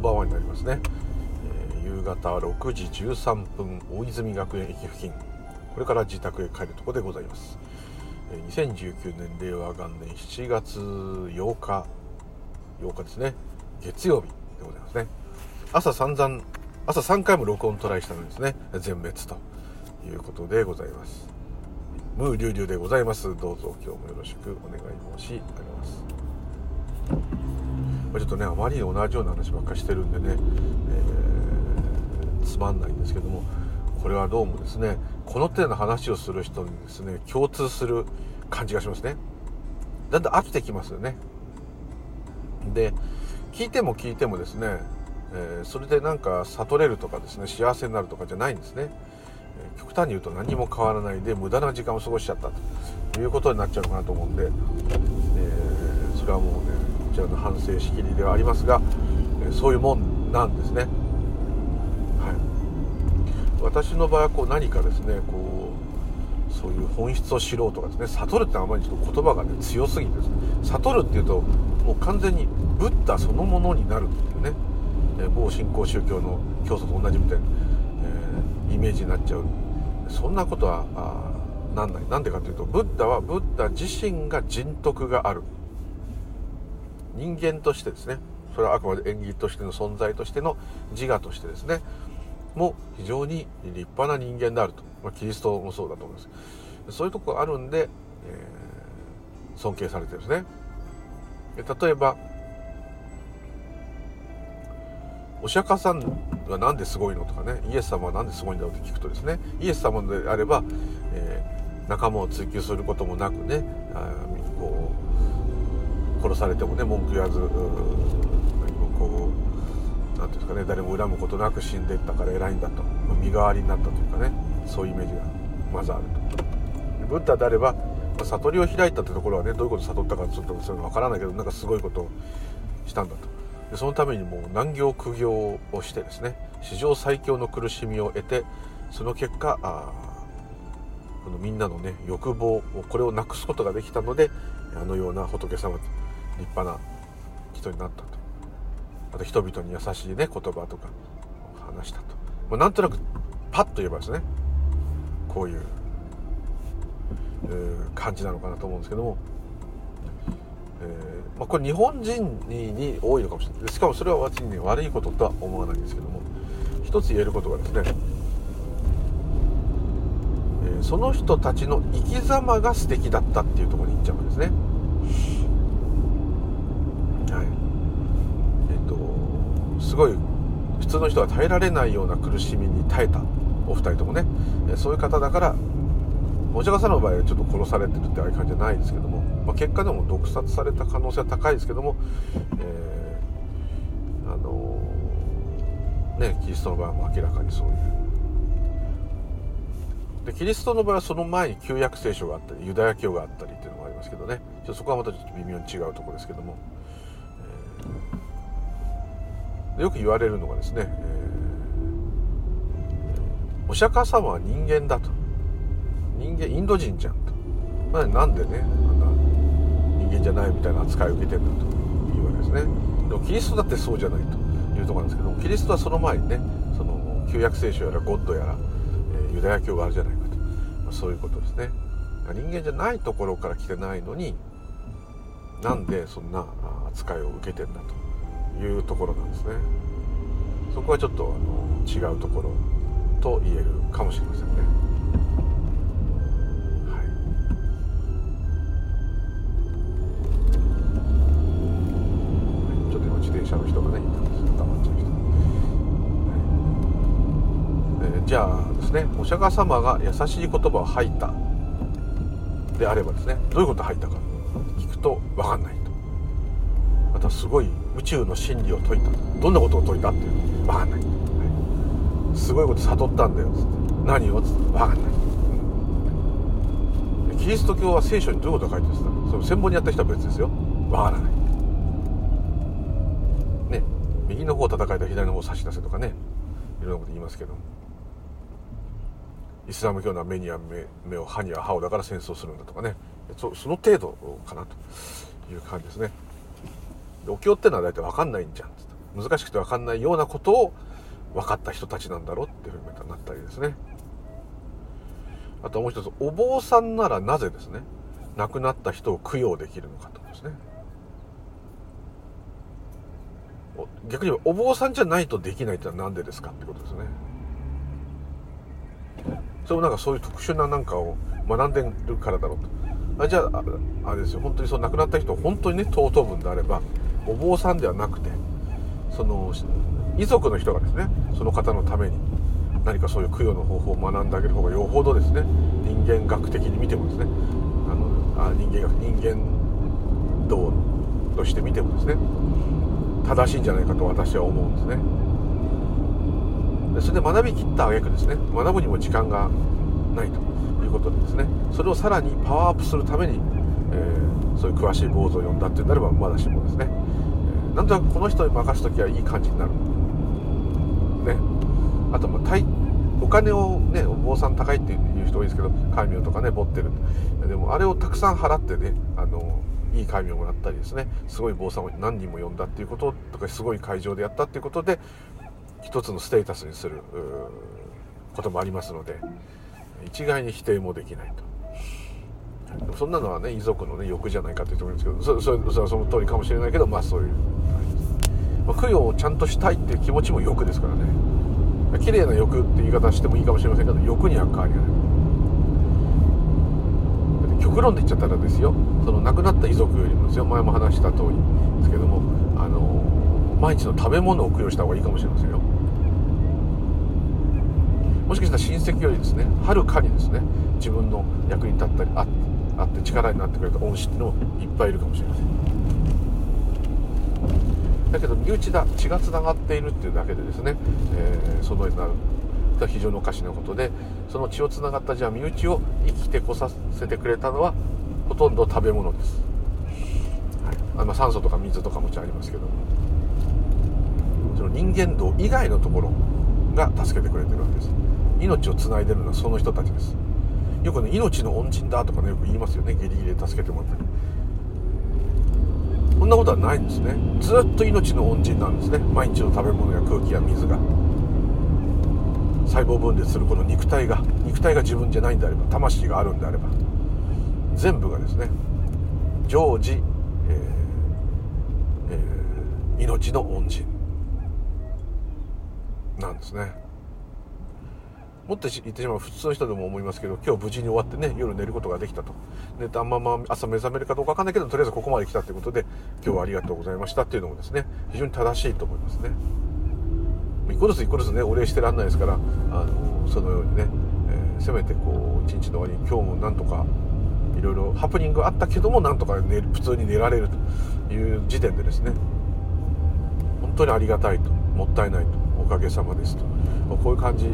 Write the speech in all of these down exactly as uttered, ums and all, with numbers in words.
ンバーワンになりますね、えー、夕方ろくじじゅうさんぷん大泉学園駅付近、これから自宅へ帰るところでございます。えー、にせんじゅうきゅうねん令和元年しちがつようかようかですね、月曜日でございますね。朝散々朝さんかいも録音トライしたのにですね、全滅ということでございます。ムーリュウリュウでございます。どうぞ今日もよろしくお願い申し上げます。ちょっとね、あまりに同じような話ばっかりしてるんでね、えー、つまんないんですけども、これはどうもですね、この手の話をする人にですね、共通する感じがしますね。だんだん飽きてきますよね。で、聞いても聞いてもですね、えー、それでなんか悟れるとかですね、幸せになるとかじゃないんですね。えー、極端に言うと何も変わらないで無駄な時間を過ごしちゃったということになっちゃうかなと思うんで、えー、それはもうね、こちらの反省しきりではありますが、えー、そういうもんなんですね。はい。私の場合はこう何かですね、こうそういう本質を知ろうとかですね、悟るってあまりちょっと言葉がね強すぎてですね、悟るっていうともう完全にブッダそのものになるっていうね、えー、某新興宗教の教祖と同じみたいな、えー、イメージになっちゃう。そんなことはあなんない。なんでかというと、ブッダはブッダ自身が人徳がある人間としてですね、それはあくまで縁起としての存在としての自我としてですね、もう非常に立派な人間であると、まあ、キリストもそうだと思います。そういうところがあるんで、えー、尊敬されてるんですね。例えばお釈迦さんはなんですごいのとかね、イエス様はなんですごいんだろうって聞くとですね、イエス様であれば、えー、仲間を追求することもなくね、あこう殺されてもね文句言わず、何もこうなんていうんですかね、誰も恨むことなく死んでいったから偉いんだと、身代わりになったというかね、そういうイメージがまずあると。ブッダであれば悟りを開いたってところはね、どういうことを悟ったかちょっとそういうの分からないけど、なんかすごいことをしたんだと。でそのためにもう難行苦行をしてですね、史上最強の苦しみを得て、その結果あこのみんなのね欲望をこれをなくすことができたので、あのような仏様と立派な人になったと。あと人々に優しいね言葉とか話したと。もうなんとなくパッと言えばですね、こういう、えー、感じなのかなと思うんですけども、えーまあ、これ日本人 に, に多いのかもしれない。しかもそれは私に、ね、悪いこととは思わないんですけども、一つ言えることがですね、えー、その人たちの生き様が素敵だったっていうところに行っちゃうんですね。はい。えっ、ー、とすごい普通の人は耐えられないような苦しみに耐えたお二人ともね、えー、そういう方だから、お釈迦さんの場合はちょっと殺されてるってああいう感じじゃないですけども、まあ、結果でも毒殺された可能性は高いですけども、えー、あのー、ねキリストの場合はも明らかにそういうで、キリストの場合はその前に旧約聖書があったりユダヤ教があったりっていうのがありますけどね、ちょっとそこはまたちょっと微妙に違うところですけども、えー、でよく言われるのがですね、えー、お釈迦様は人間だと、人間インド人じゃんと、まあ、なんでねあんな人間じゃないみたいな扱いを受けてんだというわけですね。でもキリストだってそうじゃないというところなんですけども、キリストはその前にね、その旧約聖書やらゴッドやら、えー、ユダヤ教があるじゃないかと、まあ、そういうことですね。人間じゃないところから来てないのに、なんでそんな扱いを受けてんだというところなんですね。そこはちょっとあの違うところと言えるかもしれませんね。電車の人がねいたんですよ、黙っちゃう人、はい。えー、じゃあですね、お釈迦様が優しい言葉を吐いたであればですね、どういうことを吐いたか聞くと分かんないと。またすごい宇宙の真理を説いた、どんなことを説いたっていう分かんない、はい、すごいこと悟ったんだよつって、何をつって分かんない、うん、キリスト教は聖書にどういうことが書いてるんですか。その専門にやった人は別ですよ、分からないね、右の方を叩かれたら左の方を差し出せとかね、いろんなこと言いますけど、イスラム教のは目には 目, 目を歯には歯をだから戦争するんだとかね、 そ, その程度かなという感じですね。でお経ってのは大体分かんないんじゃんって難しくて分かんないようなことを分かった人たちなんだろうっていうふうになったりですね。あともう一つ、お坊さんならなぜですね亡くなった人を供養できるのかとですね。逆に言えばお坊さんじゃないとできないってのは何でですかってことですね。それもなんかそういう特殊ななんかを学んでるからだろうと。あじゃああれですよ、本当にその亡くなった人本当にね尊ぶんであれば、お坊さんではなくてその遺族の人がですねその方のために何かそういう供養の方法を学んであげる方がよほどですね、人間学的に見てもですね、あのあ人間学人間道として見てもですね正しいんじゃないかと私は思うんですね。でそれで学びきった挙句ですね、学ぶにも時間がないということでですね、それをさらにパワーアップするために、えー、そういう詳しい坊主を呼んだっていうんであればまだしもですね、えー、なんとなくこの人に任すときはいい感じになるね。あとまあお金をね、お坊さん高いっていう人多いですけど、戒名とかね持ってる。でもあれをたくさん払ってね、あのいい戒名をもらったりですね、すごい坊さんを何人も呼んだっていうこととか、すごい会場でやったっていうことで一つのステータスにすることもありますので、一概に否定もできないと。でもそんなのはね遺族のね欲じゃないかという人もいるんですけど、そそそれはその通りかもしれないけど、まあそういう、まあ、供養をちゃんとしたいっていう気持ちも欲ですからね。綺麗な欲って言い方してもいいかもしれませんけど、欲には変わりがない。極論で言っちゃったらですよ、その亡くなった遺族よりもですよ、前も話した通りですけども、あの毎日の食べ物を供養した方がいいかもしれませんよ。もしかしたら親戚よりですねはるかにですね自分の役に立ったり あ, あって力になってくれた恩師っていうのもいっぱいいるかもしれません。だけど身内だ血がつながっているっていうだけでですね、えー、そのようになると非常におかしなことで、その血をつながったじゃあ身内を生きてこさせてくれたのはほとんど食べ物です、はい、あまあ酸素とか水とかもちろんありますけど、その人間道以外のところが助けてくれてるわけです。命をつないでるのはその人たちです。よくね命の恩人だとかねよく言いますよね、ギリギリで助けてもらってる。そんなことはないんですね。ずっと命の恩人なんですね。毎日の食べ物や空気や水が、細胞分裂するこの肉体が肉体が自分じゃないんであれば、魂があるんであれば、全部がですね常時、えーえー、命の恩人なんですね。もっと言ってしまう普通の人でも思いますけど、今日無事に終わってね夜寝ることができたと。であんまま朝目覚めるかどうか分かんないけど、とりあえずここまで来たということで今日はありがとうございましたっていうのもですね非常に正しいと思いますね。一個ずつ一個ずつねお礼してらんないですから、あのそのようにね、えー、せめてこう一日の終わりに今日もなんとかいろいろハプニングあったけどもなんとか寝る普通に寝られるという時点でですね本当にありがたいと、もったいないと、おかげさまですと、こういう感じ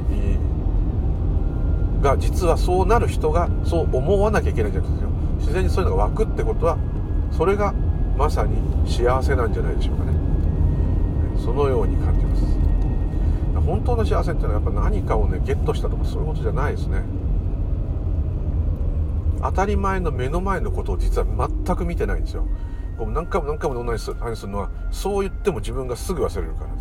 が実はそうなる人がそう思わなきゃいけないんじゃないですよ。自然にそういうのが湧くってことはそれがまさに幸せなんじゃないでしょうかね。そのように感じます。本当の幸せっていうのはやっぱ何かをねゲットしたとかそういうことじゃないですね。当たり前の目の前のことを実は全く見てないんですよ。僕何回も何回も同じ話するのは、そう言っても自分がすぐ忘れるからです。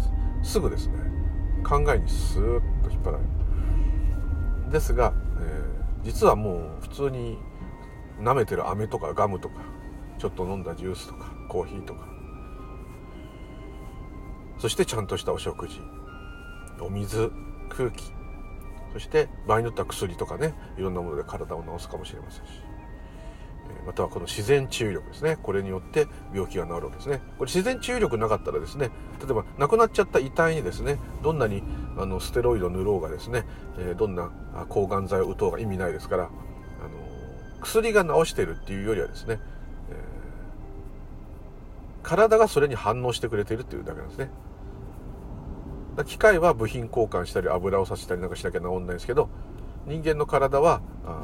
すぐですね考えにスーッと引っ張られる。ですが、えー、実はもう普通に舐めてる飴とかガムとかちょっと飲んだジュースとかコーヒーとか、そしてちゃんとしたお食事、お水、空気、そして場合によっては薬とかねいろんなもので体を治すかもしれませんし、またはこの自然治癒力ですね、これによって病気が治るわけですね。これ自然治癒力なかったらですね、例えば亡くなっちゃった遺体にですねどんなにあのステロイド塗ろうがですね、えー、どんな抗がん剤を打とうが意味ないですから、あの薬が治してるっていうよりはですね、えー、体がそれに反応してくれているっていうだけなんですね。機械は部品交換したり油をさせたりなんかしなきゃ治んないですけど、人間の体は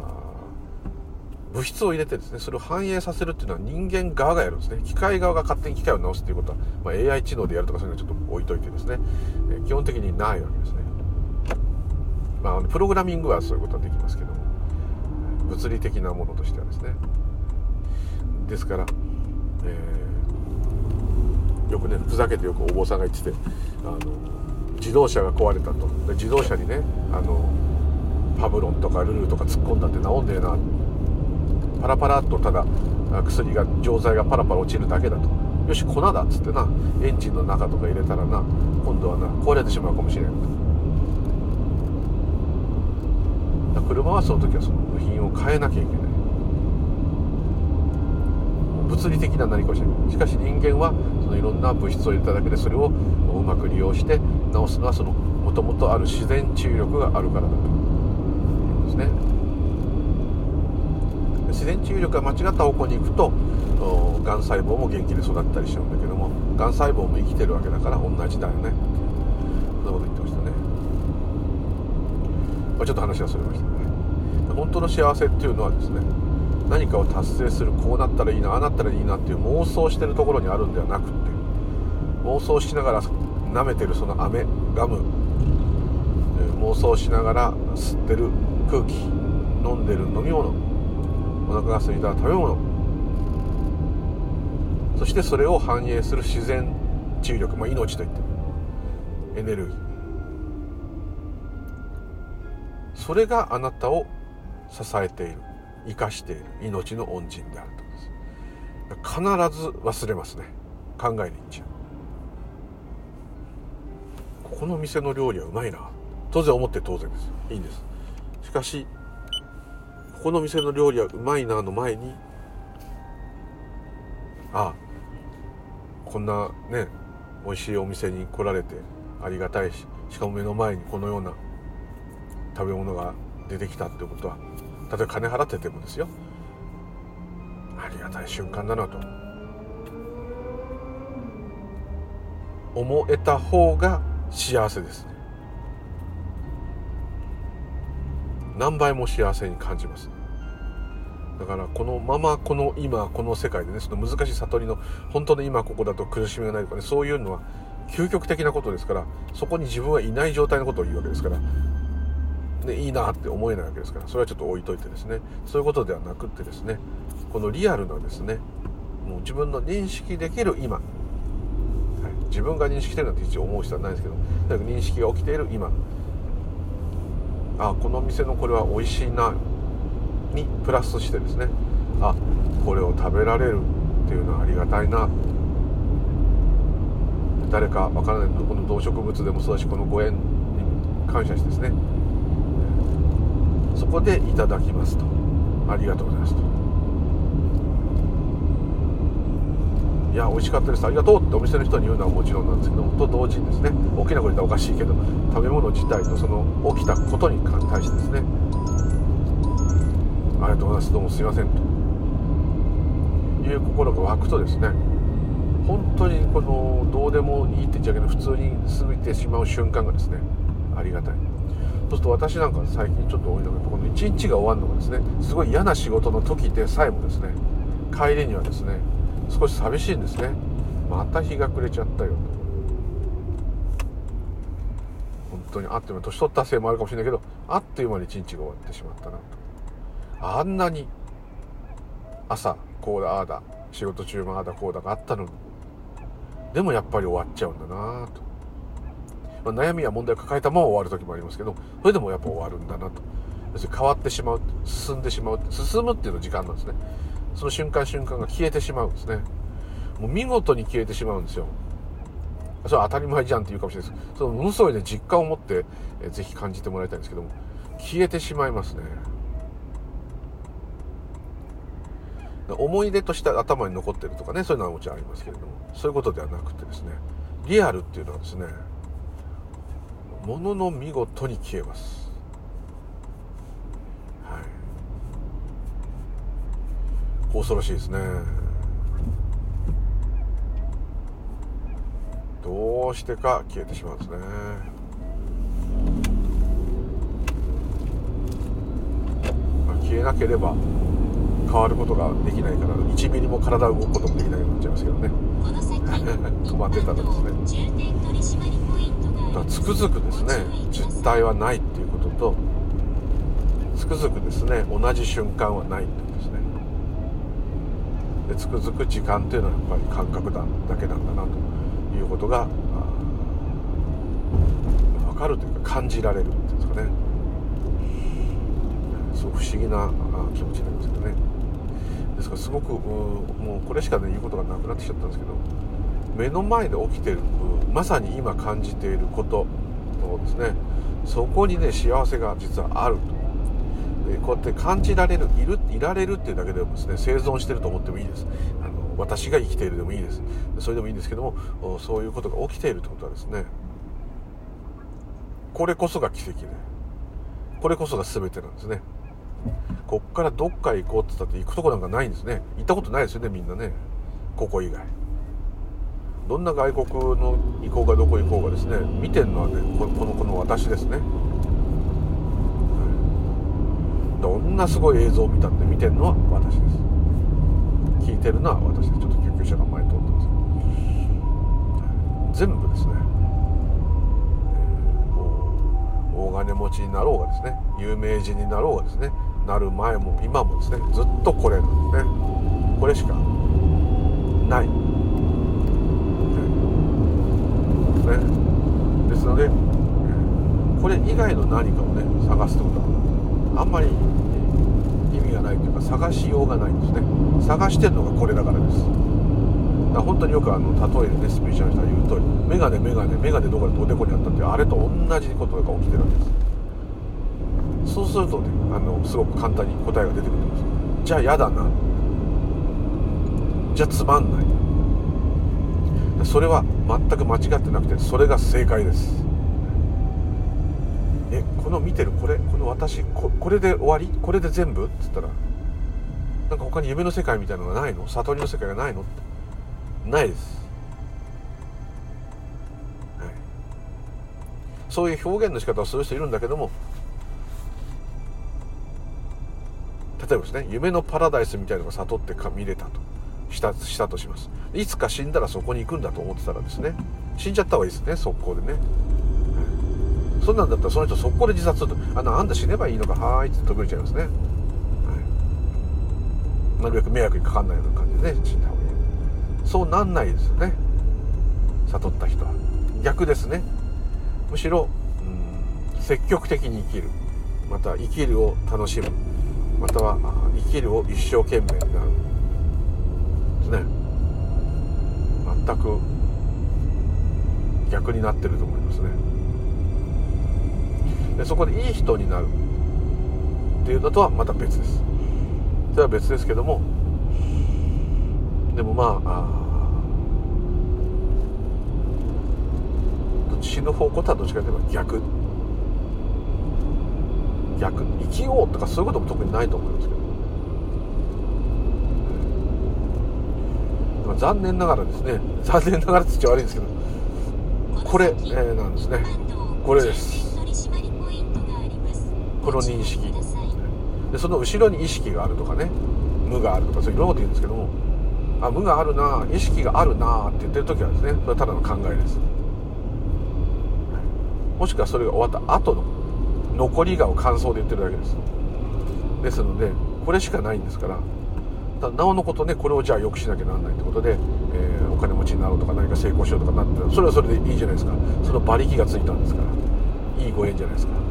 物質を入れてですねそれを反映させるっていうのは人間側がやるんですね。機械側が勝手に機械を直すっていうことは、まあ、エーアイ 知能でやるとかそういうのはちょっと置いといてですね、えー、基本的にないわけですね。まあプログラミングはそういうことはできますけども、物理的なものとしてはですね。ですから、えー、 よくねふざけてよくお坊さんが言ってて、あの自動車が壊れたと。で自動車にねあのパブロンとかルルとか突っ込んだって治んねえな、パラパラっとただ薬が錠剤がパラパラ落ちるだけだと。よし粉だっつってな、エンジンの中とか入れたらな今度はな壊れてしまうかもしれないと。車はその時はその部品を変えなきゃいけない、物理的な何かをしない。しかし人間はそのいろんな物質を入れただけでそれをうまく利用して直すのはそのもともとある自然治癒力があるからだということですね。自然治癒力が間違った方向に行くとがん細胞も元気で育ったりしちゃうんだけども、がん細胞も生きてるわけだから同じだよね。そんなこと言ってましたね。まあ、ちょっと話はそれましたね。本当の幸せっていうのはですね、何かを達成する、こうなったらいいなああなったらいいなっていう妄想してるところにあるんではなくって、妄想しながら舐めてるその飴ガム、妄想しながら吸ってる空気、飲んでる飲み物、お腹が空いた食べ物、そしてそれを反映する自然治癒力、まあ、命といってもエネルギー、それがあなたを支えている、生かしている命の恩人であるとです。必ず忘れますね、考えに行っちゃう。ここの店の料理はうまいな、当然思って当然です、いいんです。しかしここの店の料理はうまいなの前に、ああこんなね美味しいお店に来られてありがたいし、しかも目の前にこのような食べ物が出てきたってことは、例えば金払っててもですよ、ありがたい瞬間だなと思えた方が幸せですね。何倍も幸せに感じます。だからこのままこの今この世界でね、その難しい悟りの本当の今ここだと苦しみがないとかね、そういうのは究極的なことですから、そこに自分はいない状態のことを言うわけですから、ね、いいなって思えないわけですから、それはちょっと置いといてですね、そういうことではなくってですね、このリアルなですね、もう自分の認識できる今、はい、自分が認識してるなんて一応思う必要はないですけど、とにかく認識が起きている今、あこの店のこれは美味しいなにプラスしてですね、あこれを食べられるっていうのはありがたいな、誰かわからないこの動植物でもそうだし、このご縁に感謝してですね、そこでいただきますと、ありがとうございますと、いや美味しかったですありがとうってお店の人に言うのはもちろんなんですけども、と同時にですね、大きな声で言ったらおかしいけど、食べ物自体とその起きたことに対してですね、ありがとうございます、どうもすいませんという心が湧くとですね、本当にこのどうでもいいって言っちゃうけど普通に過ぎてしまう瞬間がですね、ありがたい。そうすると私なんか最近ちょっと多いのが、この一日が終わるのがですね、すごい嫌な仕事の時でさえもですね、帰りにはですね少し寂しいんですね。また日が暮れちゃったよと、本当にあっという間に年取ったせいもあるかもしれないけど、あっという間に一日が終わってしまったなと。あんなに朝こうだああだ仕事中もああだこうだがあったのに、でもやっぱり終わっちゃうんだなと、まあ、悩みや問題を抱えたまま終わる時もありますけど、それでもやっぱ終わるんだなと、要するに変わってしまう、進んでしまう、進むっていうの時間なんですね。その瞬間瞬間が消えてしまうんですね。もう見事に消えてしまうんですよ。それは当たり前じゃんって言うかもしれないです。そのものすごいね実感を持って、えー、ぜひ感じてもらいたいんですけども、消えてしまいますね。思い出として頭に残ってるとかね、そういうのはもちろんありますけれども、そういうことではなくてですね、リアルっていうのはですね、ものの見事に消えます。はい、恐ろしいですね。どうしてか消えてしまうんですね。まあ、消えなければ変わることができないから、いちミリも体を動くこともできないようになっちゃいますけどね。止まってたらですね、だからつくづくですね、実体はないっていうことと、つくづくですね、同じ瞬間はないってことですね。 でつくづく時間というのはやっぱり感覚だだけなんだなということが分かるというか感じられるっていうんですかね。すごく不思議な気持ちになりますけどね。ですからすごくもうこれしかね言うことがなくなってきちゃったんですけど、目の前で起きているまさに今感じていることをですね、そこにね幸せが実はあると。でこうやって感じられる、いる、いられるっていうだけでもですね、生存してると思ってもいいです。あの私が生きているでもいいです。それでもいいんですけども、そういうことが起きているってことはですね、これこそが奇跡で、これこそが全てなんですね。こっからどっか行こうって言ったって行くとこなんかないんですね。行ったことないですよね、みんなね。ここ以外。どんな外国の行こうがどこ行こうがですね、見てるのはね、このこの私ですね。どんなすごい映像を見たって見てるのは私です。聞いてるのは私です。ちょっと救急車が前通ってますけど、全部ですね、えー、もう大金持ちになろうがですね、有名人になろうがですね、なる前も今もですね、ずっとこれなんですね。これしかない、ね、ですので、これ以外の何かをね探すってことはあんまり意味がないというか、探しようがないんですね。探してるのがこれだからです。だから本当によくあの例えるね、スピーチの人が言う通り、メガネメガネメガネどこでおでこにあったって、あれと同じことが起きてるわけです。そうするとね、あのすごく簡単に答えが出てくるんです。じゃあ嫌だな、じゃあつまんない、それは全く間違ってなくて、それが正解です。えこの見てるこれ、この私 こ, これで終わり、これで全部って言ったら、なんか他に夢の世界みたいなのがないの、悟りの世界がないのってないです、はい、そういう表現の仕方をする人いるんだけども、例えばですね、夢のパラダイスみたいなのが悟ってか見れたとしたしたとします。いつか死んだらそこに行くんだと思ってたらですね、死んじゃった方がいいですね、速攻でね。そんなんだったらその人速攻で自殺すると、あのあんた死ねばいいのか、はーいって途切れちゃいますね、はい、なるべく迷惑にかかんないような感じでね死んだ方がいい。そうなんないですよね、悟った人は。逆ですね。むしろうん積極的に生きる、また生きるを楽しむ、または生きるを一生懸命になるですね。全く逆になってると思いますね。でそこでいい人になるっていうのとはまた別です。それは別ですけども、でもまあ、あ死ぬ方向とはどっちかといえば逆逆生きようとかそういうことも特にないと思うんですけど、まあ、残念ながらですね、残念ながらって言っちゃ悪いんですけど、これ、えー、なんですね。これです。この認識で、その後ろに意識があるとかね、無があるとか、そういういろんなこと言うんですけども、あ、無があるな、意識があるなって言ってる時はですね、それはただの考えです。もしくはそれが終わった後の残りがを感想で言ってるだけです。ですのでこれしかないんですから、なおのことね、これをじゃあ良くしなきゃならないってことで、えー、お金持ちになろうとか何か成功しようとかなって、それはそれでいいじゃないですか。その馬力がついたんですから、いいご縁じゃないですか、はい、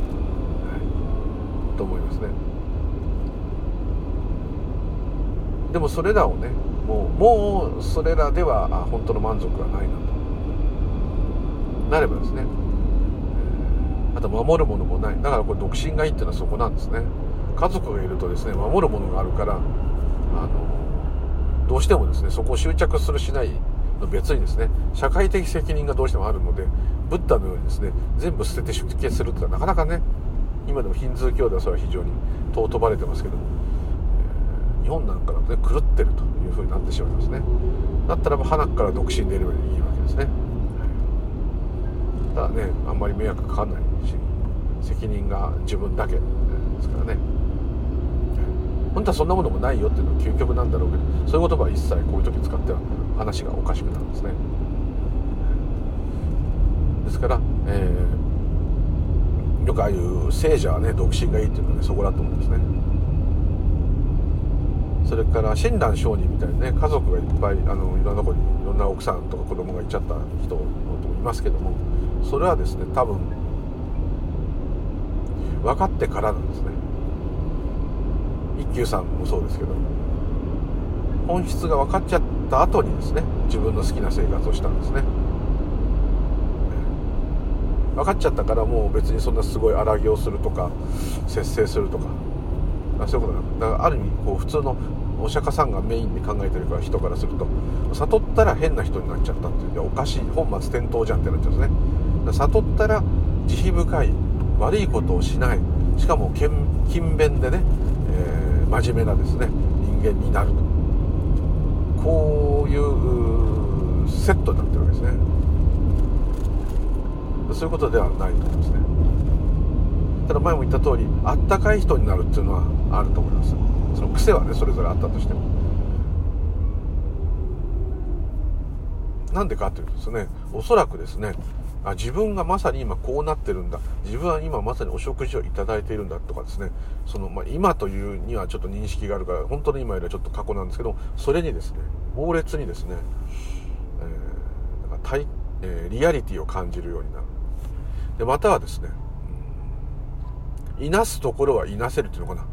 と思いますね。でもそれらをね、もうもうそれらでは本当の満足はないなとなればですね、あと守るものもない。だからこれ独身がいいっていうのはそこなんですね。家族がいるとですね、守るものがあるから、あのどうしてもですね、そこを執着するしないの別にですね、社会的責任がどうしてもあるので、ブッダのようにですね、全部捨てて出家するってのはなかなかね、今でもヒンズー教ではそれは非常に尊ばれてますけども、えー、日本なんかだとね、狂ってるというふうになってしまいますね。だったらば鼻から独身でいればいいわけですね。ただね、あんまり迷惑かかんないし、責任が自分だけですからね。本当はそんなものもないよっていうのが究極なんだろうけど、そういう言葉は一切こういう時使っては話がおかしくなるんですね。ですから、えー、よくああいう聖者はね、独身がいいっていうのはね、そこだと思うんですね。 それから親鸞聖人みたいにね、家族がいっぱいあのいろんなところにいろんな奥さんとか子供がいっちゃった人もいますけども、それはですね多分分かってからなんですね。一休さんもそうですけど、本質が分かっちゃった後にですね自分の好きな生活をしたんですね。分かっちゃったからもう別にそんなすごい荒行するとか節制するとかそういうことなだからある意味こう普通のお釈迦さんがメインで考えてるから人からすると悟ったら変な人になっちゃったっていうおかしい本末転倒じゃんってなっちゃうんですね。だから悟ったら慈悲深い悪いことをしないしかも勤勉でね、えー、真面目なですね人間になるとこういうセットになってるわけですね。そういうことではないと思いますね。ただ前も言った通りあったかい人になるっていうのはあると思います。その癖はねそれぞれあったとしてもなんでかというとですねおそらくですねあ自分がまさに今こうなってるんだ自分は今まさにお食事をいただいているんだとかですねその、まあ、今というにはちょっと認識があるから本当の今よりはちょっと過去なんですけどそれにですね猛烈にですね、えー、なんか体えー、リアリティを感じるようになる。でまたはですね、いなすところはいなせるっていうのかな、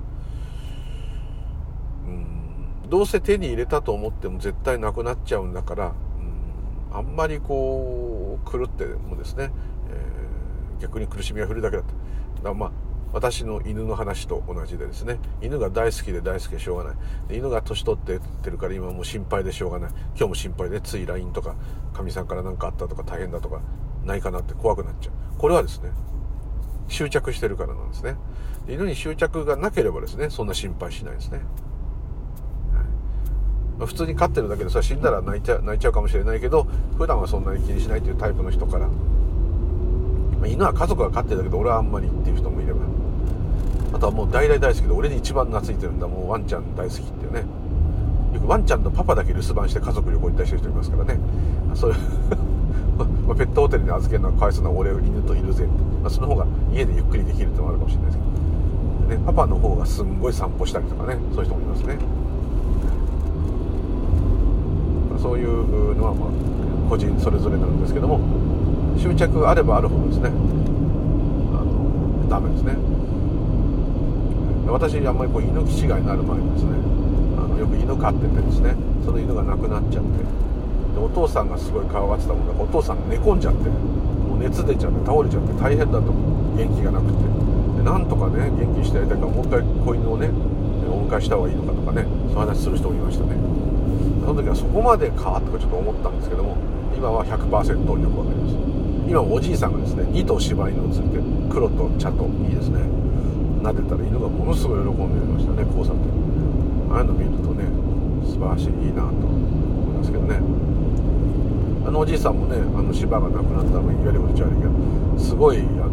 うんどうせ手に入れたと思っても絶対なくなっちゃうんだから、うんあんまりこう狂ってもですね、えー、逆に苦しみが降るだけだった。だからまあ私の犬の話と同じでですね犬が大好きで大好きでしょうがないで犬が年取ってってるから今もう心配でしょうがない今日も心配でつい ライン とかかみさんから何かあったとか大変だとかないかなって怖くなっちゃう。これはですね執着してるからなんですね。犬に執着がなければですねそんな心配しないですね、はいまあ、普通に飼ってるだけでそれ死んだら泣いちゃう、泣いちゃうかもしれないけど普段はそんなに気にしないというタイプの人から、まあ、犬は家族が飼ってるだけど俺はあんまりっていう人もいればあとはもう大大大好きで俺に一番懐いてるんだもうワンちゃん大好きっていうねよくワンちゃんのパパだけ留守番して家族旅行行ったりしてる人いますからねそういうまあペットホテルに預けるのはかわいそうな俺犬といるぜって、まあ、その方が家でゆっくりできるってのもあるかもしれないですけど、ね、パパの方がすんごい散歩したりとかねそういう人もいますね、まあ、そういうのはまあ個人それぞれなんですけども執着あればあるほどですねあのダメですね。私あんまりこう犬気違いになる前にですねあのよく犬飼っててですねその犬が亡くなっちゃってでお父さんがすごい可愛がってたもんだからお父さん寝込んじゃってもう熱出ちゃって倒れちゃって大変だと元気がなくてでなんとかね元気にしてやりたいからもう一回子犬をねお迎えした方がいいのかとかねそういう話する人もいましたね。その時はそこまでかとかちょっと思ったんですけども今は ひゃくパーセント よくわかります。今おじいさんがですねに頭柴犬を連れて黒と茶といいですね撫でたら犬がものすごい喜んでいましたね。交差点ああいうの見るとね素晴らしいいいなと思いますけどね。あのおじいさんもねあの柴がなくなったの言われることじゃ悪いけどすごいあの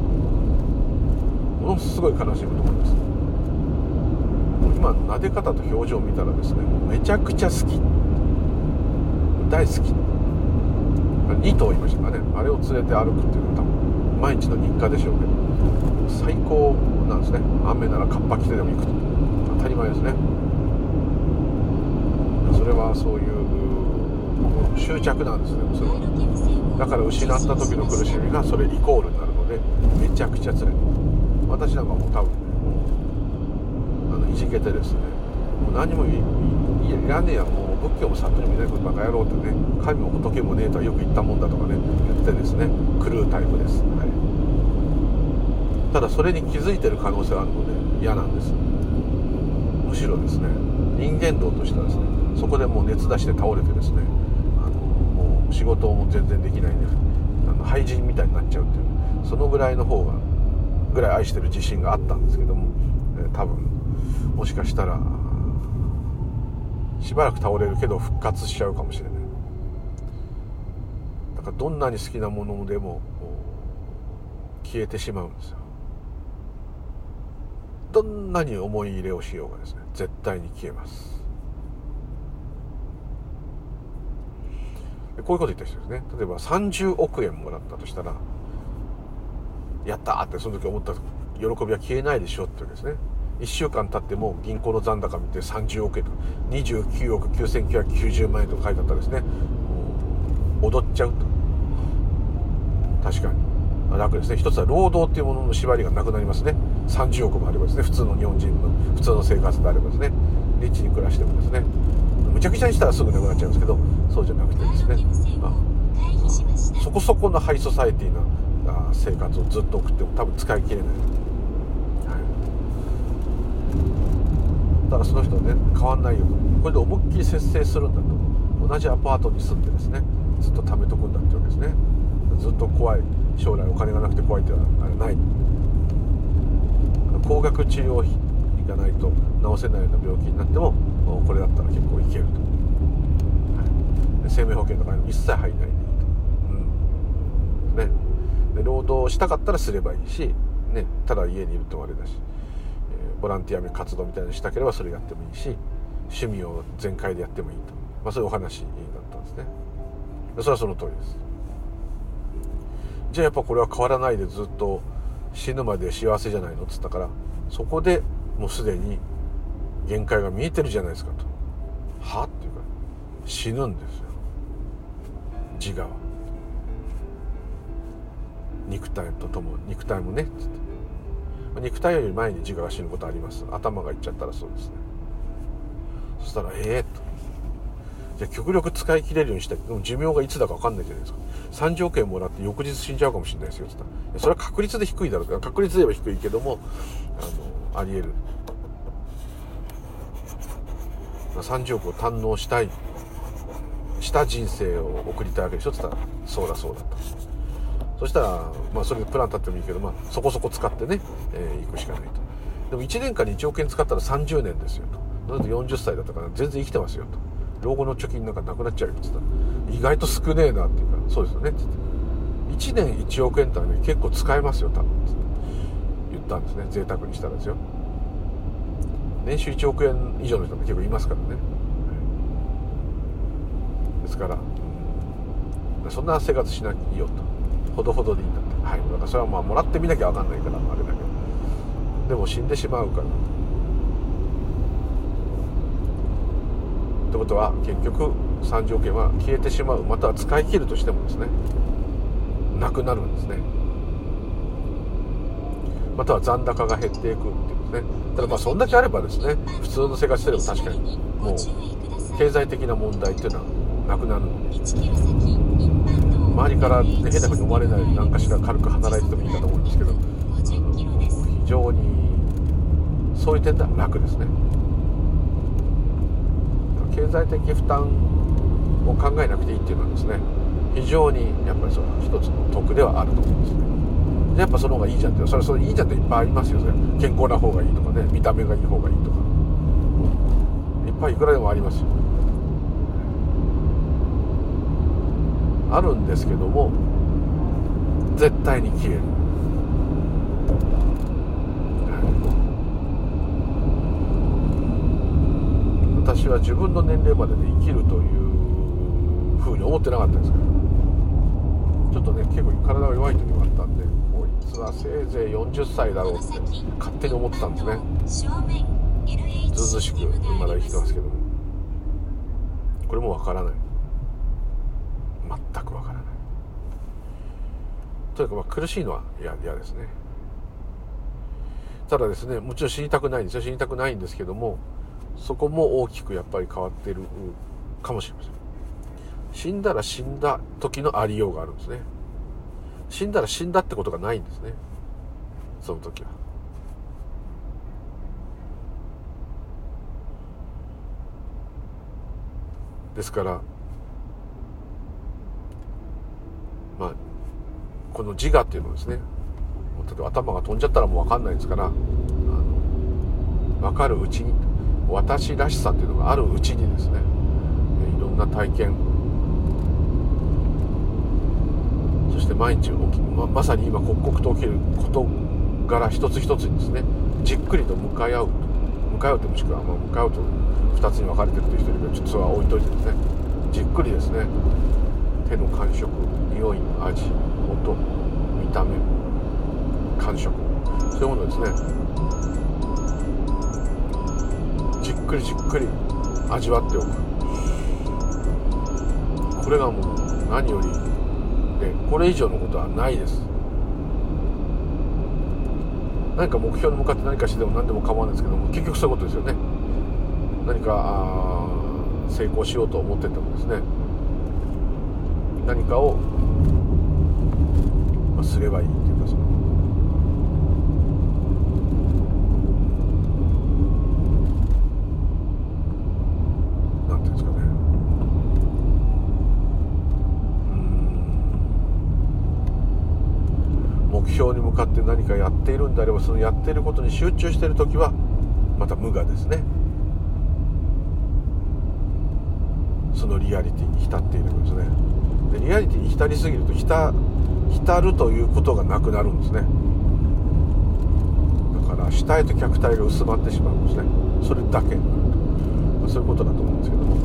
ものすごい悲しむと思います。もう今の撫で方と表情を見たらですねもうめちゃくちゃ好き大好きに頭いましたからねあれを連れて歩くっていうのは多分毎日の日課でしょうけど最高なんですね。雨ならカッパ着てでも行くと当たり前ですね。それはそういう執着なんですね。それはだから失った時の苦しみがそれイコールになるのでめちゃくちゃ辛い。私なんかもう多分ねもうあのいじけてですねもう何もいいらねえやもう仏教も悟りもいないことバカ野郎ってね神も仏もねえとはよく言ったもんだとかね言ってですね狂うタイプです、はい、ただそれに気づいてる可能性があるので嫌なんです。むしろですね人間道としてはですねそこでもう熱出して倒れてですねあのもう仕事も全然できないんであの廃人みたいになっちゃうっていうそのぐらいの方がぐらい愛してる自信があったんですけども、えー、多分もしかしたらしばらく倒れるけど復活しちゃうかもしれない。だからどんなに好きなものでも消えてしまうんですよ。どんなに思い入れをしようがですね絶対に消えます。でこういうこと言った人ですね。例えばさんじゅうおくえんもらったとしたらやったーってその時思った喜びは消えないでしょってわけですね。 いっしゅうかん経っても銀行の残高見てさんじゅうおくえんとかにじゅうきゅうおくきゅうせんきゅうひゃくきゅうじゅうまんえんとか書いてあったらですね、踊っちゃうと。確かに楽ですね。一つは労働っていうものの縛りがなくなりますね。さんじゅうおくもあればですね、普通の日本人の普通の生活であればですね、リッチに暮らしてもですね、むちゃくちゃにしたらすぐなくなっちゃうんですけど、そうじゃなくてですね、まあ、そこそこのハイソサエティな生活をずっと送っても多分使い切れない、はい、だからその人はね変わんないよ、これで思いっきり節制するんだと、同じアパートに住んでですねずっと貯めとくんだってわけですね。ずっと怖い、将来お金がなくて怖いってのはあれない。高額治療費がないと治せないような病気になってもこれだったら結構いけると、はい、生命保険とかにも一切入んないでいいと、うんね、で労働したかったらすればいいし、ね、ただ家にいるともあれだし、えー、ボランティア活動みたいなのしたければそれやってもいいし、趣味を全開でやってもいいと、まあ、そういうお話だったんですね。それはその通りです。じゃあやっぱこれは変わらないでずっと死ぬまで幸せじゃないのっつったから、そこでもうすでに限界が見えてるじゃないですかと。はっていうか死ぬんですよ、自我は。肉体とともに、肉体もねっつって、肉体より前に自我が死ぬことあります。頭がいっちゃったらそうですね。そしたらええー、と、じゃあ極力使い切れるようにしたい。でも寿命がいつだか分かんないじゃないですか。さんじゅうおくえんもらって翌日死んじゃうかもしれないですよって言ったら、それは確率で低いだろうと。確率で言えば低いけどもあのあり得る。さんじゅうおくを堪能したいした人生を送りたいわけでしょって言ったら、そうだそうだと。そしたら、まあ、それでプラン立ってもいいけど、まあ、そこそこ使ってね、えー、行くしかないと。でもいちねんかんにいちおくえん使ったらさんじゅうねんですよと。なのでよんじゅっさいだったから全然生きてますよと。老後の貯金なんかなくなっちゃうよって言ったら、意外と少ねえなっていうか、そうですよねって言って、いちねんいちおくえんってのはね結構使えますよ多分って言ったんですね。贅沢にしたらですよ。年収いちおくえん以上の人も結構いますからね。ですから、うん、そんな生活しなきゃいいよと、ほどほどでいいんだって。はい、だからそれはまあもらってみなきゃ分かんないからあれだけど、でも死んでしまうからってことは結局さんじゅうおくえんは消えてしまう、または使い切るとしてもですねなくなるんですね。または残高が減っていくっていうですね。ただまあそんだけあればですね、普通の生活してれば確かにもう経済的な問題っていうのはなくなるので、周りから、ね、変な風に思われないように何かしら軽く働いててもいいかと思うんですけど、非常にそういう点では楽ですね。経済的負担を考えなくていいっていうのはですね、非常にやっぱりその一つの得ではあると思うんですね。でやっぱその方がいいじゃんって、それそれいいじゃんっていっぱいありますよね。健康な方がいいとかね、見た目がいい方がいいとか、いっぱいいくらでもありますよ。あるんですけども絶対に消える。私は自分の年齢までで生きるというふうに思ってなかったですから、ちょっとね結構体が弱い時もあったんで、こいつはせいぜいよんじゅっさいだろうって勝手に思ってたんですね。ずうずうしくまだ生きてますけども、これもわからない、全くわからない。とにかくまあ苦しいのは嫌ですね。ただですね、もちろん死にたくないんですよ。死にたくないんですけども、そこも大きくやっぱり変わっているかもしれません。死んだら死んだ時のありようがあるんですね。死んだら死んだってことがないんですね、その時は。ですからまあこの自我っていうのをですね、例えば頭が飛んじゃったらもう分かんないですから、あの分かるうちに、私らしさっていうのがあるうちにですね、いろんな体験、そして毎日起き ま, まさに今刻々と起きる事柄一つ一つにですね、じっくりと向かい合う向かい合うともしくは、まあ、向かい合うとふたつに分かれてるという人いるけど、ちょっとそれは置いといてですね、じっくりですね、手の感触、匂い、味、音、見た目、感触、そういうものをですねくりじっくり味わっておく。これがもう何よりで、これ以上のことはないです。何か目標に向かって何かしても何でも構わないですけども、結局そういうことですよね。何か成功しようと思っててもですね、何かを、まあ、すればいいっていうか、そのなんていうんですかね、うーん目標に向かって何かやっているんであれば、そのやっていることに集中しているときはまた無我ですね。そのリアリティに浸っているんですね。でリアリティに浸りすぎると 浸, 浸るということがなくなるんですね。だから主体と客体が薄まってしまうんですね。それだけになると、まあ、そういうことだと思うんですけども、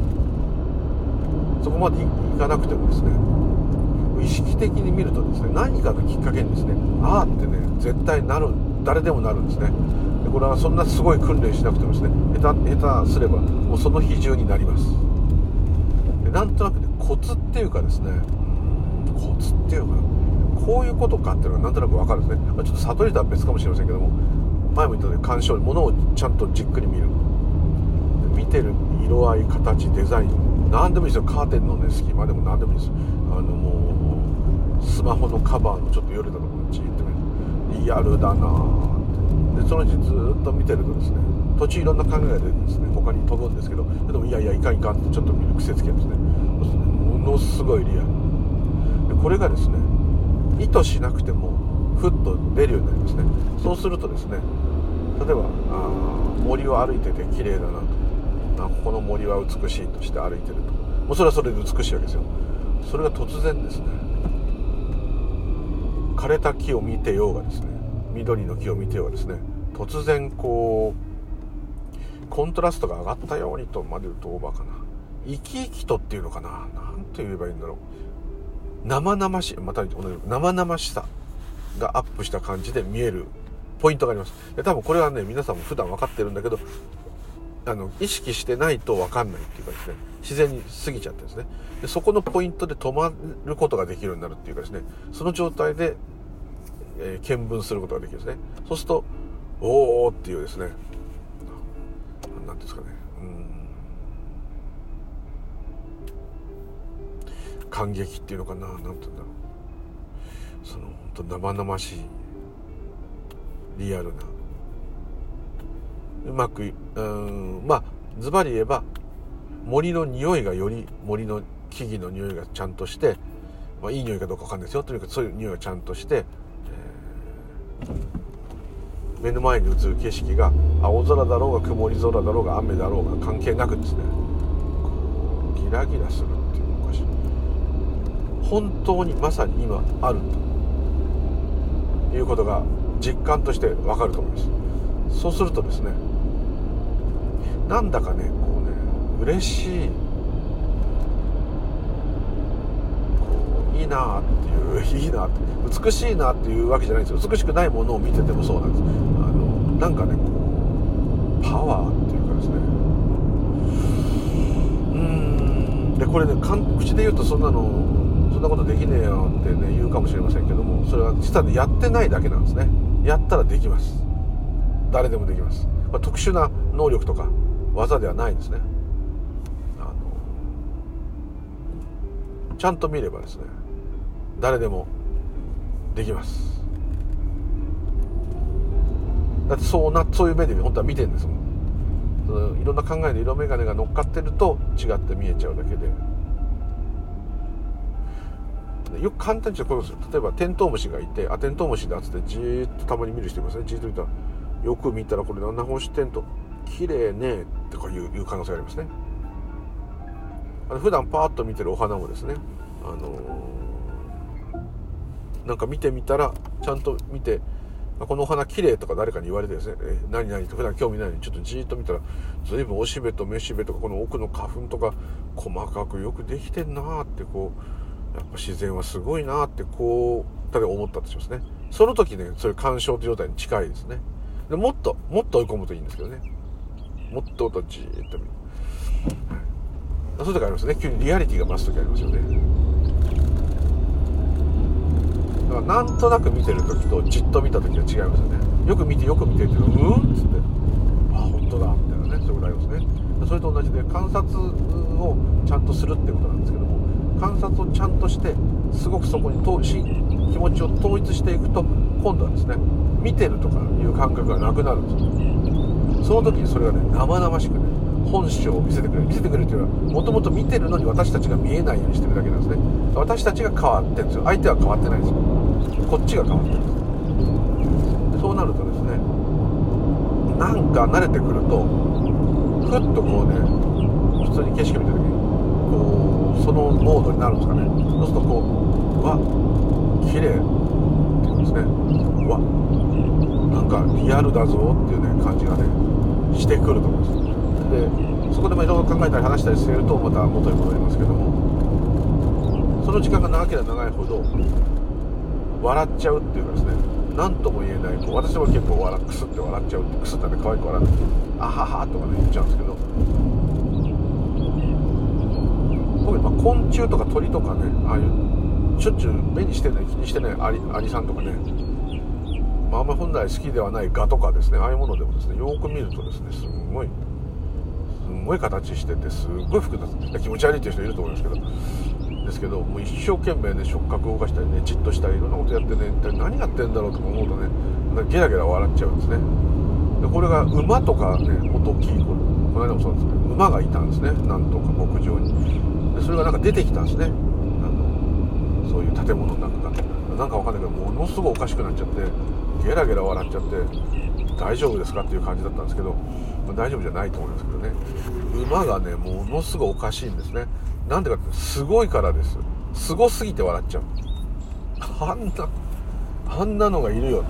そこまでいかなくてもですね、意識的に見るとですね、何かのきっかけにですね、あーってね、絶対なる、誰でもなるんですね。でこれはそんなすごい訓練しなくてもですね、下手、下手すればもうその日中になります。なんとなくね、コツっていうかですね、コツっていうかこういうことかっていうのがなんとなく分かるんですね。まあ、ちょっと悟りとは別かもしれませんけども、前も言ったように鑑賞、ものをちゃんとじっくり見る、見てる色合い、形、デザイン、何でもいいですよ。カーテンのね、隙間でも何でもいいです。あのもうスマホのカバーのちょっとよれたところにじーって見る、リアルだなーって。でそのうちずっと見てるとですね、途中いろんな考えが出てですね、他に飛ぶんですけど、でもいやいやいかんいかんってちょっと見る癖つけるんですね。ものすごいリアルで、これがですね、意図しなくてもふっと出るようになりますね。そうするとですね、例えばあ森を歩いてて綺麗だなと、あここの森は美しいとして歩いてると、もうそれはそれで美しいわけですよ。それが突然ですね、枯れた木を見てようがですね、緑の木を見てようがですね、突然こうコントラストが上がったようにとまで言うとオーバーかな、生き生きとっていうのかな、なんて言えばいいんだろう、生々しい、また生々しさがアップした感じで見えるポイントがあります。で多分これはね、皆さんも普段分かってるんだけど、あの意識してないと分かんないっていうかですね、自然に過ぎちゃってですね、でそこのポイントで止まることができるようになるっていうかですね、その状態で、えー、見聞することができるんですね。そうするとおーっていうですね、なんですかね、うん、感激っていうのかな、なんていうんだろう、その本当生々しいリアルな、うまく、うん、まあズバリ言えば森の匂いがより、森の木々の匂いがちゃんとして、まあ、いい匂いかどうかわかんないですよ。とにかくそういう匂いがちゃんとして、えー、目の前に映る景色が青空だろうが曇り空だろうが雨だろうが関係なくですね、ギラギラするっていうのかしら、本当にまさに今あるということが実感としてわかると思います。そうするとですね、なんだかね、こうね、嬉しい、こういいなっていう、いいなって、美しいなっていうわけじゃないんですよ。美しくないものを見ててもそうなんです。あのなんかね、こうパワーっていうかですね、うーんでこれね、口で言うとそんなのそんなことできねえよってね言うかもしれませんけども、それは実は、ね、やってないだけなんですね。やったらできます。誰でもできます。まあ、特殊な能力とか技ではないんですね。あのちゃんと見ればですね、誰でもできます。だってそうな、そういう目で本当は見てるんですもん。そのいろんな考えの色眼鏡が乗っかってると違って見えちゃうだけで、よく簡単に言うとこうですよ。例えばテントウムシがいて、あ、テントウムシだっつってじーっとたまに見る人いますね。じーっと見たら、よく見たらこれ七星テント綺麗ねとかいう、いう可能性がありますね。あの普段パーッと見てるお花もですね、あのー、なんか見てみたらちゃんと見て、このお花綺麗とか誰かに言われてですね、え何々と普段興味ないのにちょっとじーっと見たら、随分おしべとめしべとかこの奥の花粉とか細かくよくできてんなーってこう。やっぱ自然はすごいなってこう、例えば思ったとしますね。その時ね、そういう鑑賞状態に近いですね。でもっともっと追い込むといいんですけどね。 もっととじーっと見る、はい、そういう時ありますね。急にリアリティが増す時ありますよね。だからなんとなく見てる時とじっと見た時は違いますよね。よく見てよく見てっていうのはうんっつって、あ本当だみたいなね、そういうことありますね。それと同じで観察をちゃんとするっていうことなんですけども、観察をちゃんとしてすごくそこに通し気持ちを統一していくと、今度はですね、見てるとかいう感覚がなくなるんですよ。その時にそれがね、生々しくね、本性を見せてくれる見せてくれるというのは、もともと見てるのに私たちが見えないようにしてるだけなんですね。私たちが変わってるんですよ。相手は変わってないんですよ。こっちが変わってるんです。そうなるとですね、なんか慣れてくるとふっとこうね、普通に景色見た時にこうそのモードになるんですかね。そうするとこう、うわ綺麗っていうんですね、うわなんかリアルだぞっていうね感じがねしてくると思うんです。でそこでもいろいろ考えたり話したりするとまた元に戻りますけども、その時間が長ければ長いほど笑っちゃうっていうかですね、何とも言えない、こう私は結構笑くすって笑っちゃうって、くすったんで可愛く笑って、あははとかね言っちゃうんですけど、特にまあ昆虫とか鳥とかね、ああいうしょっちゅう目にしてない気にしてないアリ、アリさんとかね、まあ、あんまり本来好きではないガとかですね、ああいうものでもですね、よく見るとですね、すんごいすごい形してて、すごい複雑、気持ち悪いっていう人いると思いますけどですけど、もう一生懸命ね触覚を動かしたりね、じっとしたりいろんなことやってね、一体何やってんだろうとか思うとね、ゲラゲラ笑っちゃうんですね。でこれが馬とかね、もっと大きい頃、この間もそうなんですけど、馬がいたんですね、なんとか牧場に。でそれがなんか出てきたんですね、あのそういう建物の中から。なんかわかんないけど、ものすごいおかしくなっちゃって、ゲラゲラ笑っちゃって、大丈夫ですかっていう感じだったんですけど、まあ、大丈夫じゃないと思いますけどね、馬がねものすごいおかしいんですね。なんでかってすごいからです。すごすぎて笑っちゃう。あんなあんなのがいるよって、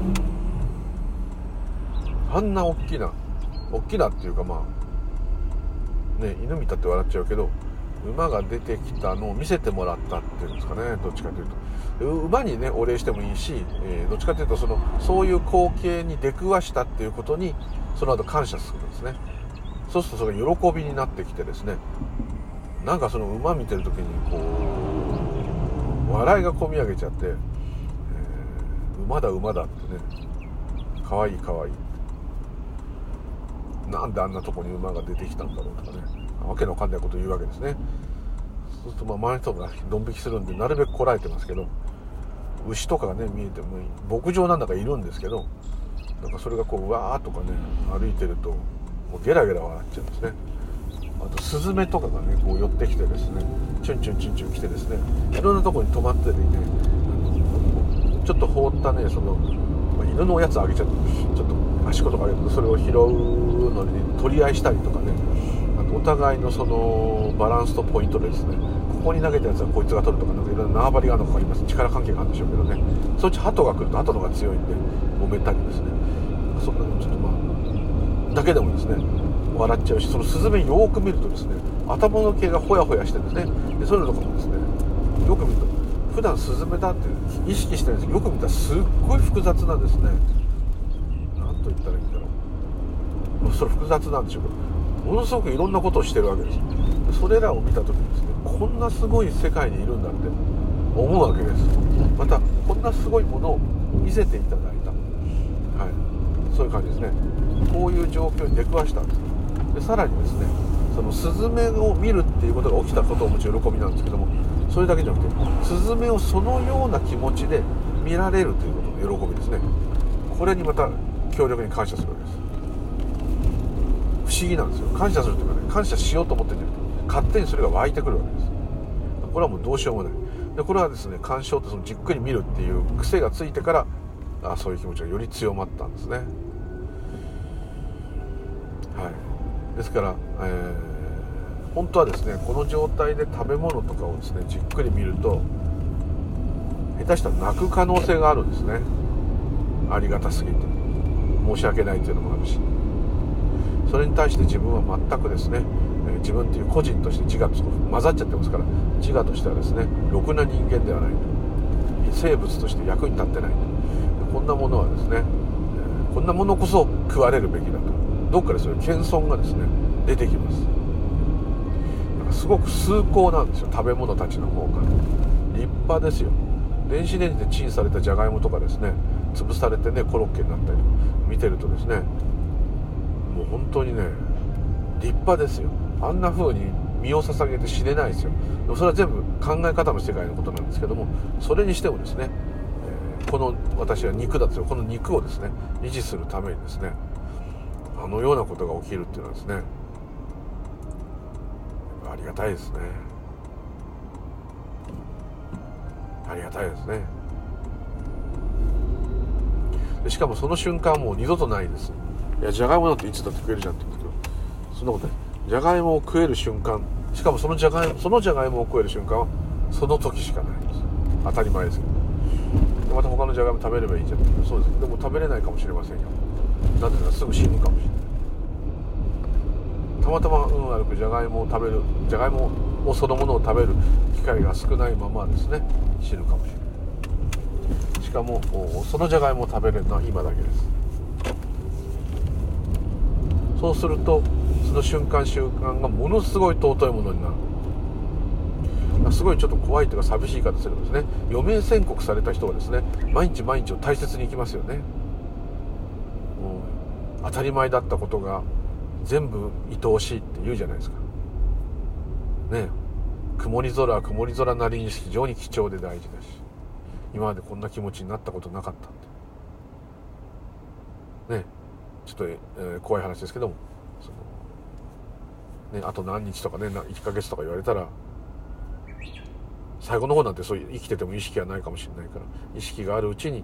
あんな大きな大きなっていうか、まあね、犬見たって笑っちゃうけど、馬が出てきたのを見せてもらったっていうんですかね、どっちかというと馬にねお礼してもいいし、えー、どっちかというとそのそういう光景に出くわしたっていうことにその後感謝するんですね。そうするとそれが喜びになってきてですね、なんかその馬見てる時にこう笑いがこみ上げちゃって、えー、馬だ馬だってね、かわいいかわいい、なんであんなとこに馬が出てきたんだろうとかね、わけのわかんないことを言うわけですね。そうするとまあ周りの人がドン引きするんでなるべくこらえてますけど、牛とかがね見えても牧場なんだかいるんですけど、なんかそれがこううわーとかね歩いてるともうゲラゲラ笑っちゃうんですね。あとスズメとかがねこう寄ってきてですね、チュンチュンチュンチュン来てですね、いろんなところに止まっててね、ちょっと放ったねその、まあ、犬のおやつあげちゃってちょっと足ことかあげるとそれを拾うのに取り合いしたりとかね、あとお互いのそのバランスとポイントでですね、ここに投げたやつはこいつが取るとか、なんかいろんな縄張りがあるのかかります、力関係があるんでしょうけどね、そっち鳩が来ると鳩の方が強いんで揉めたりですね、そんなのちょっとまあだけでもですね笑っちゃうし、そのスズメよーく見るとですね、頭の毛がホヤホヤしてですね、でそういうのとかもですね、よく見ると普段スズメだって意識してるんですけど、よく見たらすっごい複雑なんですね。なんと言ったらいいんだろう、それ複雑なんでしょうけど、ものすごくいろんなことをしてるわけです。それらを見た時にですね、こんなすごい世界にいるんだって思うわけです。またこんなすごいものを見せていただいた、はい、そういう感じですね。こういう状況に出くわしたんです。でさらにですね、そのスズメを見るっていうことが起きたことももちろん喜びなんですけども、それだけじゃなくてスズメをそのような気持ちで見られるということの喜びですね。これにまた強力に感謝するわけです。不思議なんですよ。感謝するというかね、感謝しようと思ってるんじゃなくて勝手にそれが湧いてくるわけです。これはもうどうしようもない。でこれはですね、鑑賞ってそのじっくり見るっていう癖がついてから、あそういう気持ちがより強まったんですね。はい、ですから、えー、本当はですね、この状態で食べ物とかをですねじっくり見ると下手したら泣く可能性があるんですね。ありがたすぎて申し訳ないというのもあるし、それに対して自分は全くですね、えー、自分という個人として自我と混ざっちゃってますから、自我としてはですねろくな人間ではないと、生物として役に立ってないと、こんなものはですね、えー、こんなものこそ食われるべきだとどっかでそういう謙遜がですね出てきます。なんかすごく崇高なんですよ、食べ物たちの方が。立派ですよ。電子レンジでチンされたじゃがいもとかですね、潰されてねコロッケになったり見てるとですね、もう本当にね立派ですよ。あんな風に身を捧げて死ねないですよ。でもそれは全部考え方の世界のことなんですけども、それにしてもですね、えー、この私は肉だと、この肉をですね維持するためにですね、あのようなことが起きるっていうのはですね、ありがたいですね。ありがたいですね。でしかもその瞬間はもう二度とないです。いや、じゃがいもなんていつだって食えるじゃんって言うんですけど、そんなことない。じゃがいもを食える瞬間、しかもそのじゃがいもそのじゃがいもを食える瞬間はその時しかないんです。当たり前ですけど、また他のじゃがいも食べればいいじゃん。そうです。でも食べれないかもしれませんよ。なぜならすぐ死ぬかもしれない。たまたま運悪くじゃがいもを食べるじゃがいもをそのものを食べる機会が少ないままですね死ぬかもしれない。しかもそのじゃがいもを食べれるのは今だけです。そうするとその瞬間瞬間がものすごい尊いものになる。すごいちょっと怖いというか寂しい言い方するんですね。余命宣告された人はですね、毎日毎日を大切に生きますよね。もう当たり前だったことが全部愛おしいって言うじゃないですかね。曇り空は曇り空なりに非常に貴重で大事だし、今までこんな気持ちになったことなかったってね。ちょっと、えー、怖い話ですけども、その、ね、あと何日とかねいっかげつとか言われたら、最後の方なんてそういう生きてても意識はないかもしれないから、意識があるうちに、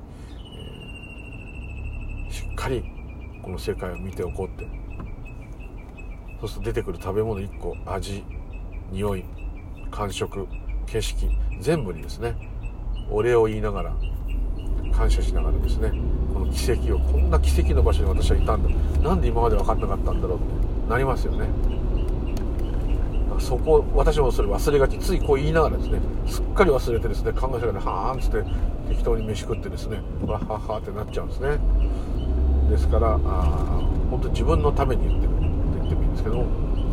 えー、しっかりこの世界を見ておこうって。そうすると出てくる食べ物いっこ、味、匂い、感触、景色全部にですねお礼を言いながら感謝しながらですね、この奇跡を、こんな奇跡の場所に私はいたんだ、なんで今まで分かんなかったんだろうってなりますよね。そこ私もそれ忘れがち、ついこう言いながらですねすっかり忘れてですね、考えながらはーんつって適当に飯食ってですねわははってなっちゃうんですね。ですからあ本当に自分のために言ってるって言ってもいいんですけども、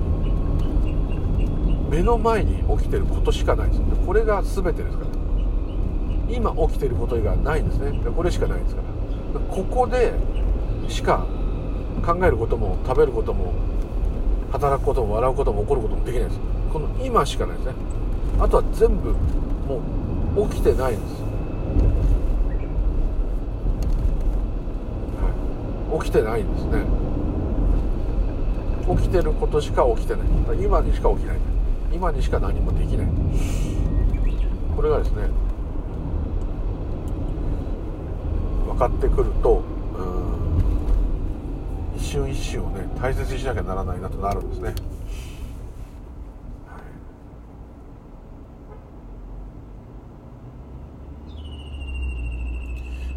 目の前に起きてることしかないです。これが全てですから、今起きてること以外はないんですね。これしかないですから、ここでしか考えることも食べることも働くことも笑うことも起こることもできないです。この今しかないですね。あとは全部もう起きてないんです、はい、起きてないんですね。起きてることしか起きてない。今にしか起きない。今にしか何もできない。これがですね分かってくると、一瞬一瞬をね大切にしなきゃならないなとなるんですね、はい、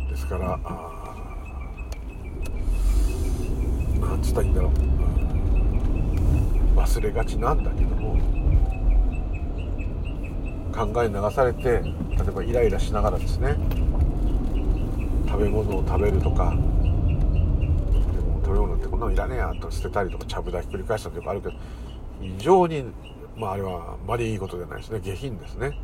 ですからあなんつったらいいんだろう、忘れがちなんだけども、考え流されて例えばイライラしながらですね食べ物を食べるとか、食べ物ってこんなのいらねえやと捨てたりとか、ちゃぶ台ひっくり返したりとかあるけど、非常にまああれはあまりいいことじゃないですね。下品ですね。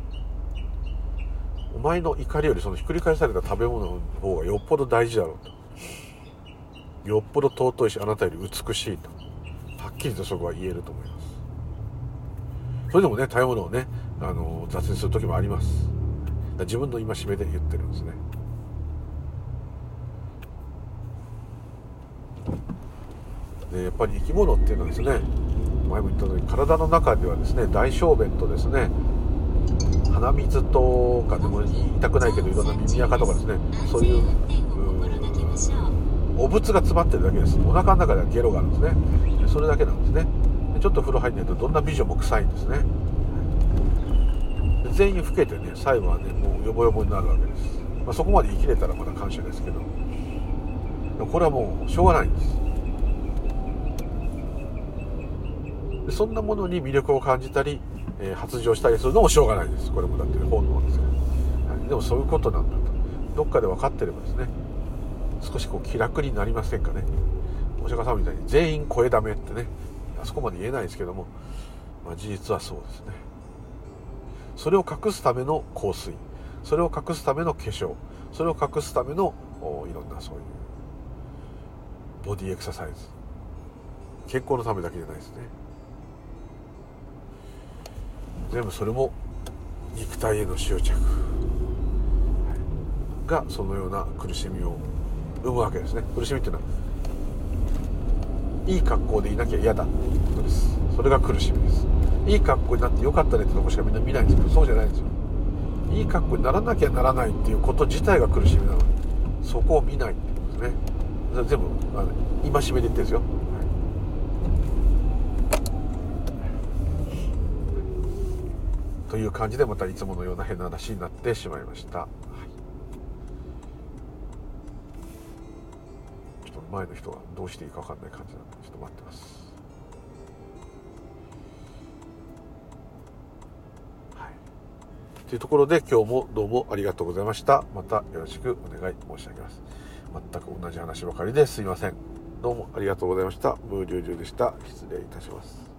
お前の怒りよりそのひっくり返された食べ物の方がよっぽど大事だろうと、よっぽど尊いしあなたより美しいとはっきりとそこは言えると思います。それでもね食べ物をねあの雑にする時もあります。自分の戒めで言ってるんですね。でやっぱり生き物っていうのはですね、前も言った通り体の中ではですね大小便とですね鼻水とかでも言いたくないけどいろんな耳垢とかですね、そういうお物が詰まってるだけです。お腹の中ではゲロがあるんですね。それだけなんですね。ちょっと風呂入んないとどんな美女も臭いんですね。全員老けてね最後はねもうヨボヨボになるわけです。まあ、そこまで生きれたらまだ感謝ですけど、これはもうしょうがないんです。でそんなものに魅力を感じたり、えー、発情したりするのもしょうがないです。これもだって、ね、本能ですから、はい、でもそういうことなんだとどっかで分かってればですね少しこう気楽になりませんかね。 お釈迦様みたいに全員声ダメってね、あそこまで言えないですけども、まあ、事実はそうですね。それを隠すための香水、それを隠すための化粧、それを隠すためのいろんなそういうボディエクササイズ、健康のためだけじゃないですね。全部それも肉体への執着がそのような苦しみを生むわけですね。苦しみっていうのはいい格好でいなきゃ嫌だっていうことです。それが苦しみです。いい格好になってよかったねってとこしかみんな見ないんですけど、そうじゃないんですよ。いい格好にならなきゃならないっていうこと自体が苦しみなのに、そこを見ないっていうことですね。全部あの戒めで言ってるんですよ、はい、という感じでまたいつものような変な話になってしまいました、はい、ちょっと前の人がどうしていいか分かんない感じなんでちょっと待ってます。というところで今日もどうもありがとうございました。またよろしくお願い申し上げます。全く同じ話ばかりですいません。どうもありがとうございました。ブーリュウリュウでした。失礼いたします。